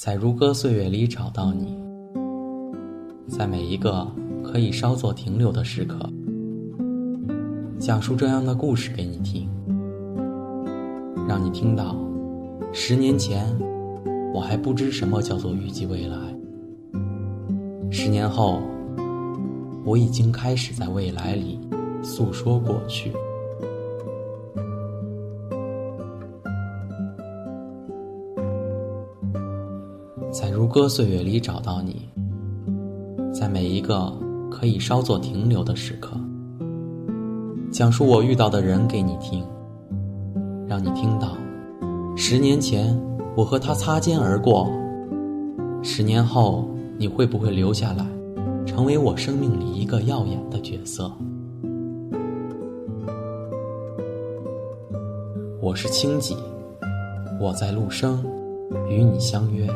在如歌岁月里找到你，在每一个可以稍作停留的时刻，讲述这样的故事给你听，让你听到10年前我还不知什么叫做预计未来，10年后我已经开始在未来里诉说过去。在如歌岁月里找到你，在每一个可以稍作停留的时刻，讲述我遇到的人给你听，让你听到10年前我和他擦肩而过，10年后你会不会留下来，成为我生命里一个耀眼的角色。我是清己，我在陆生与你相约。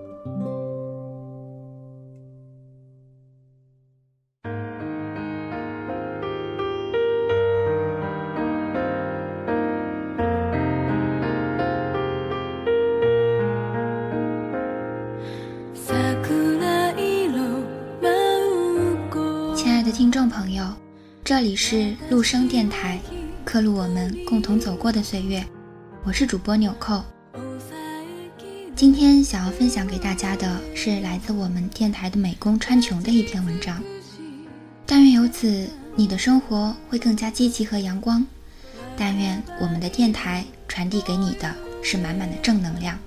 亲爱的听众朋友，这里是陆生电台，刻录我们共同走过的岁月，我是主播纽扣。今天想要分享给大家的是来自我们电台的美工川琼的一篇文章，但愿由此你的生活会更加积极和阳光，但愿我们的电台传递给你的是满满的正能量。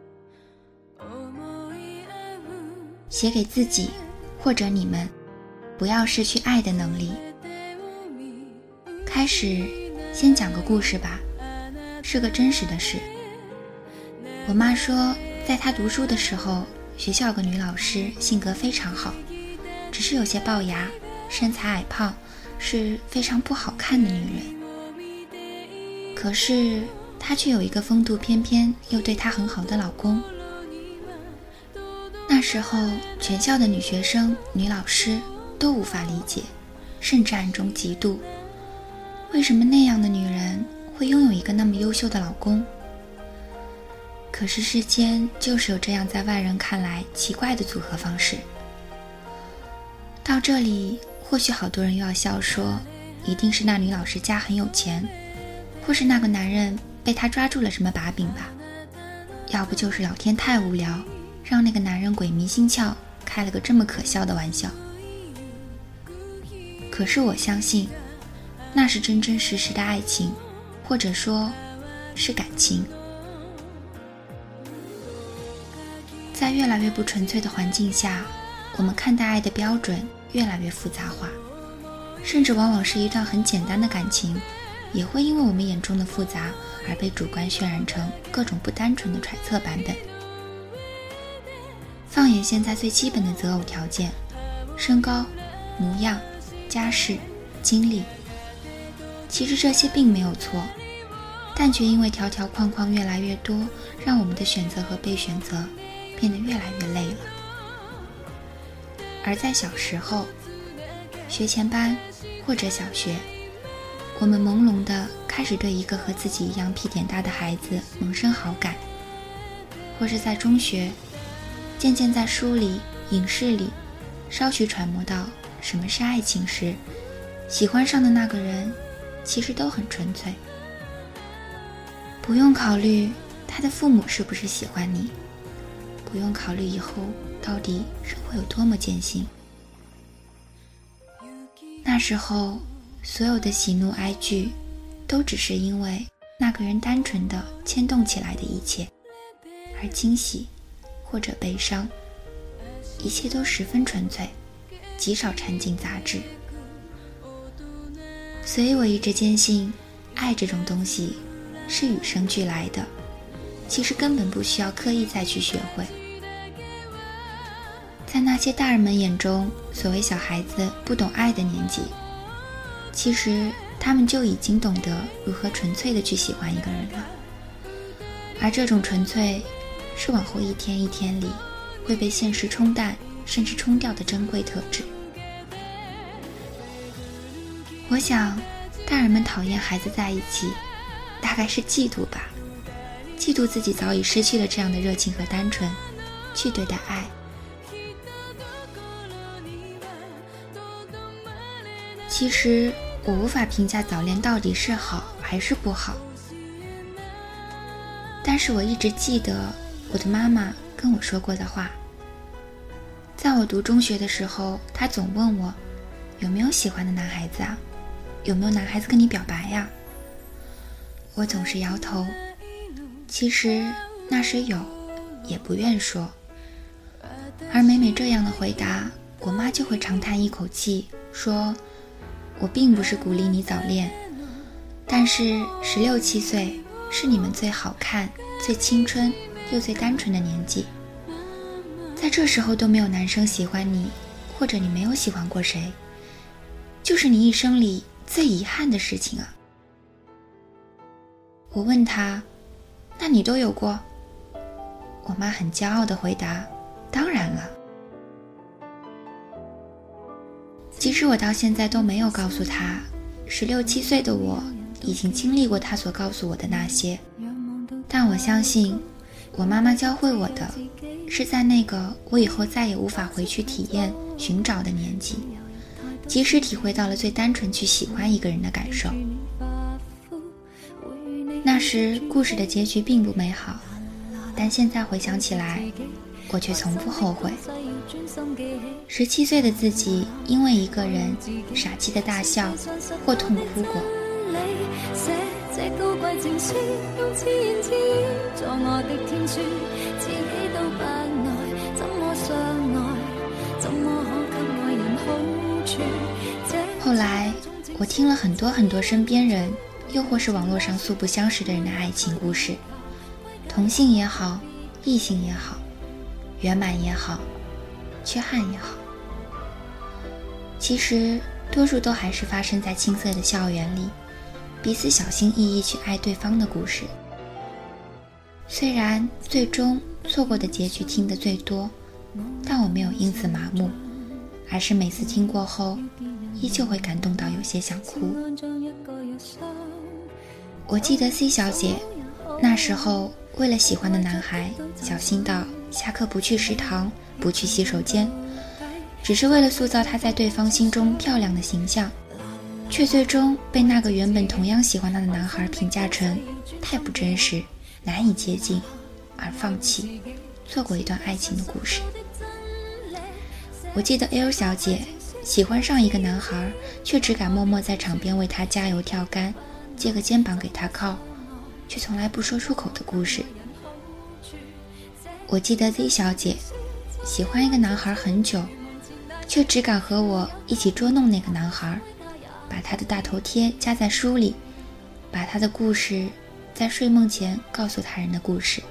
写给自己或者你们，不要失去爱的能力。开始先讲个故事吧，是个真实的事。我妈说，在她读书的时候，学校有个女老师性格非常好，只是有些龅牙，身材矮胖，是非常不好看的女人。可是她却有一个风度翩翩又对她很好的老公。那时候全校的女学生、女老师都无法理解，甚至暗中嫉妒，为什么那样的女人会拥有一个那么优秀的老公？可是世间就是有这样在外人看来奇怪的组合方式。到这里，或许好多人又要笑说，一定是那女老师家很有钱，或是那个男人被她抓住了什么把柄吧，要不就是老天太无聊，让那个男人鬼迷心窍，开了个这么可笑的玩笑。可是我相信，那是真真实实的爱情，或者说是感情。在越来越不纯粹的环境下，我们看待爱的标准越来越复杂化，甚至往往是一段很简单的感情，也会因为我们眼中的复杂而被主观渲染成各种不单纯的揣测版本。放眼现在最基本的择偶条件，身高、模样、家世、经历，其实这些并没有错，但却因为条条框框越来越多，让我们的选择和被选择变得越来越累了。而在小时候，学前班或者小学，我们朦胧地开始对一个和自己一样屁点大的孩子萌生好感，或是在中学，渐渐在书里、影视里稍许揣摩到什么是爱情时，喜欢上的那个人其实都很纯粹，不用考虑他的父母是不是喜欢你，不用考虑以后到底生活有多么艰辛。那时候所有的喜怒哀惧都只是因为那个人单纯的牵动起来的一切，而惊喜或者悲伤，一切都十分纯粹，极少掺进杂质。所以我一直坚信，爱这种东西是与生俱来的，其实根本不需要刻意再去学会。在那些大人们眼中，所谓小孩子不懂爱的年纪，其实他们就已经懂得如何纯粹的去喜欢一个人了。而这种纯粹，是往后一天一天里会被现实冲淡甚至冲掉的珍贵特质。我想大人们讨厌孩子在一起，大概是嫉妒吧，嫉妒自己早已失去了这样的热情和单纯， 去对待爱。其实我无法评价早恋到底是好还是不好，但是我一直记得我的妈妈跟我说过的话。在我读中学的时候，她总问我有没有喜欢的男孩子啊，有没有男孩子跟你表白呀？我总是摇头，其实那时有，也不愿说。而每每这样的回答，我妈就会长叹一口气，说我并不是鼓励你早恋，但是16、17岁是你们最好看、最青春又最单纯的年纪，在这时候都没有男生喜欢你，或者你没有喜欢过谁，就是你一生里最遗憾的事情啊。我问他，那你都有过？我妈很骄傲地回答，当然了。即使我到现在都没有告诉他，16、17岁的我已经经历过他所告诉我的那些，但我相信我妈妈教会我的是在那个我以后再也无法回去体验寻找的年纪，即使体会到了最单纯去喜欢一个人的感受。那时故事的结局并不美好，但现在回想起来，我却从不后悔。17岁的自己因为一个人傻气的大笑或痛哭过。后来我听了很多身边人又或是网络上素不相识的人的爱情故事，同性也好，异性也好，圆满也好，缺憾也好，其实多数都还是发生在青涩的校园里，彼此小心翼翼去爱对方的故事。虽然最终错过的结局听得最多，但我没有因此麻木，而是每次听过后依旧会感动到有些想哭。我记得 C 小姐那时候为了喜欢的男孩，小心到下课不去食堂，不去洗手间，只是为了塑造他在对方心中漂亮的形象，却最终被那个原本同样喜欢他的男孩评价成太不真实，难以接近，而放弃错过一段爱情的故事。我记得 L 小姐喜欢上一个男孩，却只敢默默在场边为他加油跳杆，借个肩膀给他靠，却从来不说出口的故事。我记得 Z 小姐喜欢一个男孩很久，却只敢和我一起捉弄那个男孩，把他的大头贴夹在书里，把他的故事在睡梦前告诉他人的故事。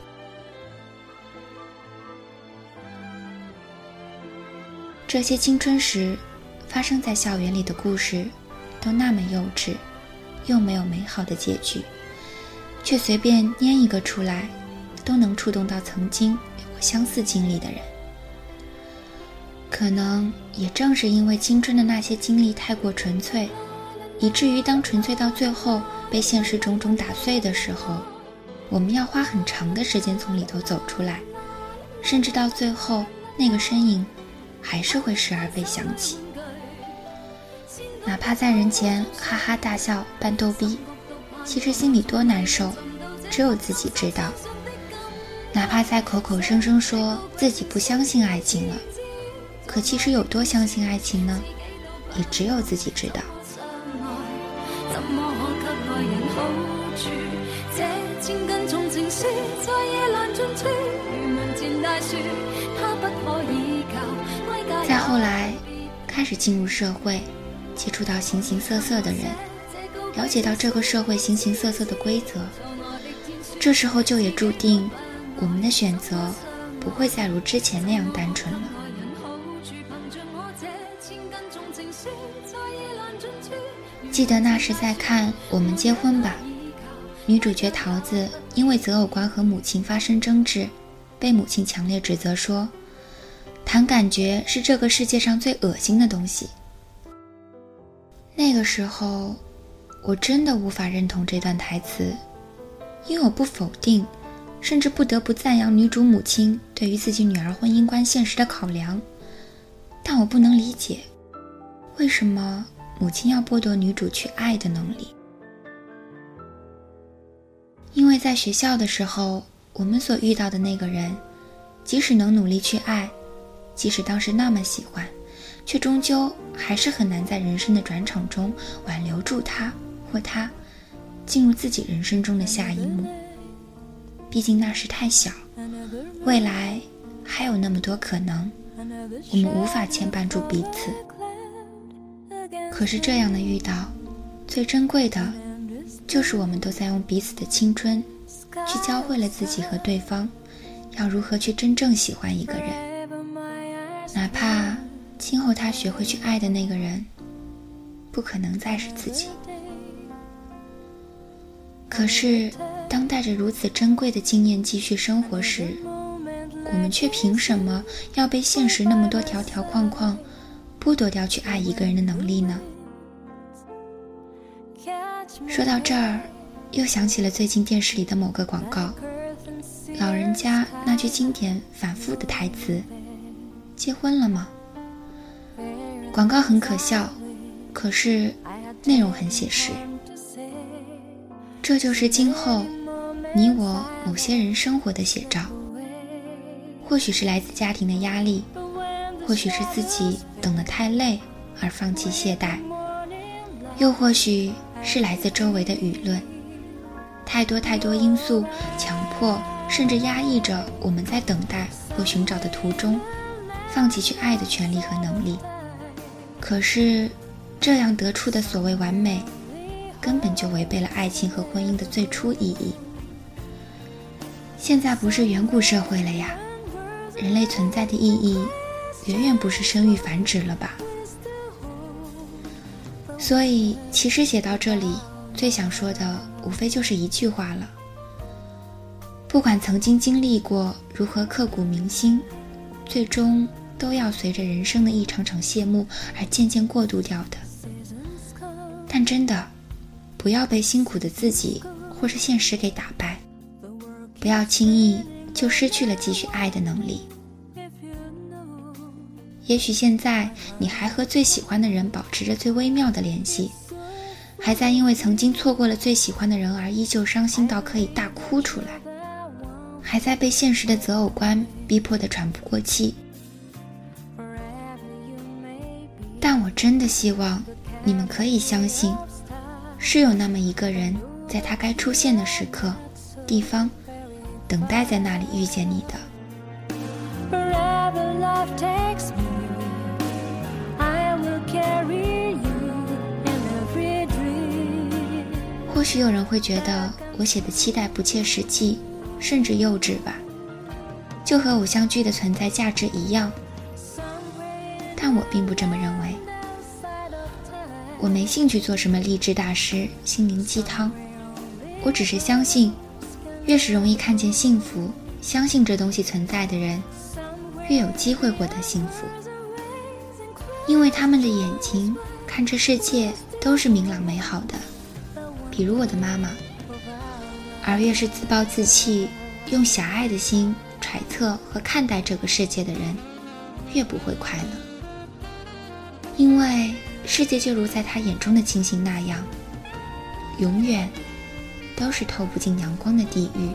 这些青春时发生在校园里的故事都那么幼稚，又没有美好的结局，却随便拈一个出来都能触动到曾经有过相似经历的人。可能也正是因为青春的那些经历太过纯粹，以至于当纯粹到最后被现实种种打碎的时候，我们要花很长的时间从里头走出来，甚至到最后那个身影还是会时而被想起。哪怕在人前哈哈大笑扮逗逼，其实心里多难受，只有自己知道。哪怕在口口声声说自己不相信爱情了，可其实有多相信爱情呢？也只有自己知道。再后来开始进入社会，接触到形形色色的人，了解到这个社会形形色色的规则，这时候就也注定我们的选择不会再如之前那样单纯了。记得那时在看《我们结婚吧》，女主角桃子因为择偶观和母亲发生争执，被母亲强烈指责说，谈感觉是这个世界上最恶心的东西。那个时候我真的无法认同这段台词，因为我不否定甚至不得不赞扬女主母亲对于自己女儿婚姻观现实的考量。但我不能理解，为什么母亲要剥夺女主去爱的能力？因为在学校的时候，我们所遇到的那个人，即使能努力去爱，即使当时那么喜欢，却终究还是很难在人生的转场中挽留住他或他进入自己人生中的下一幕。毕竟那时太小，未来还有那么多可能，我们无法牵绊住彼此。可是这样的遇到，最珍贵的就是我们都在用彼此的青春去教会了自己和对方要如何去真正喜欢一个人，哪怕今后他学会去爱的那个人不可能再是自己。可是当带着如此珍贵的经验继续生活时，我们却凭什么要被现实那么多条条框框剥夺掉去爱一个人的能力呢？说到这儿，又想起了最近电视里的某个广告，老人家那句经典反复的台词：结婚了吗？广告很可笑，可是内容很写实。这就是今后你我某些人生活的写照，或许是来自家庭的压力，或许是自己等得太累而放弃懈怠，又或许是来自周围的舆论。太多因素强迫甚至压抑着我们在等待或寻找的途中放弃去爱的权利和能力。可是这样得出的所谓完美，根本就违背了爱情和婚姻的最初意义。现在不是远古社会了呀，人类存在的意义远远不是生育繁殖了吧。所以其实写到这里，最想说的无非就是一句话了：不管曾经经历过如何刻骨铭心，最终都要随着人生的一场场谢幕而渐渐过渡掉的。但真的不要被辛苦的自己或是现实给打败，不要轻易就失去了继续爱的能力。也许现在你还和最喜欢的人保持着最微妙的联系，还在因为曾经错过了最喜欢的人而依旧伤心到可以大哭出来，还在被现实的择偶观逼迫得喘不过气。但我真的希望你们可以相信，是有那么一个人，在他该出现的时刻、地方，等待在那里遇见你的。或许有人会觉得我写的期待不切实际，甚至幼稚吧，就和偶像剧的存在价值一样。但我并不这么认为。我没兴趣做什么励志大师、心灵鸡汤，我只是相信，越是容易看见幸福、相信这东西存在的人，越有机会获得幸福。因为他们的眼睛看这世界都是明朗美好的，比如我的妈妈。而越是自暴自弃，用狭隘的心揣测和看待这个世界的人，越不会快乐。因为世界就如在他眼中的情形那样，永远都是透不进阳光的地狱。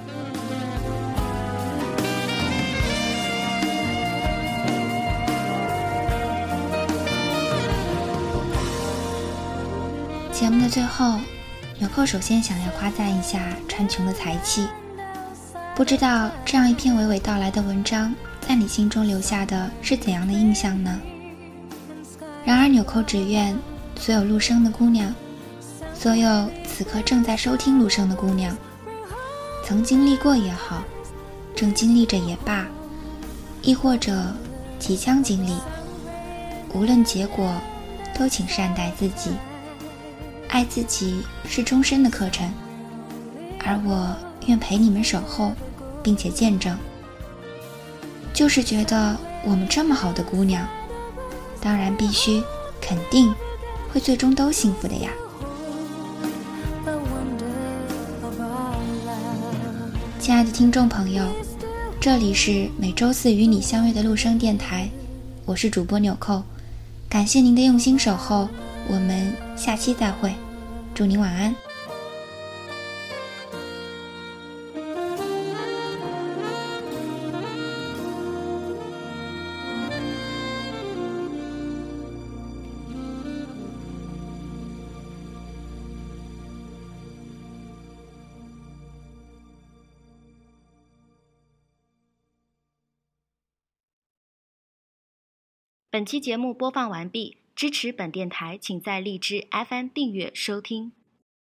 节目的最后，纽扣首先想要夸赞一下川穹的才气。不知道这样一篇娓娓道来的文章，在你心中留下的是怎样的印象呢？然而纽扣只愿所有陆生的姑娘，所有此刻正在收听陆生的姑娘，曾经历过也好，正经历着也罢，亦或者即将经历，无论结果，都请善待自己。爱自己是终身的课程，而我愿陪你们守候，并且见证。就是觉得我们这么好的姑娘，当然必须肯定会最终都幸福的呀。亲亲爱的听众朋友，这里是每周四与你相约的陆生电台，我是主播纽扣，感谢您的用心守候，我们下期再会，祝您晚安。 本期节目播放完毕，支持本电台，请在荔枝 FM 订阅收听。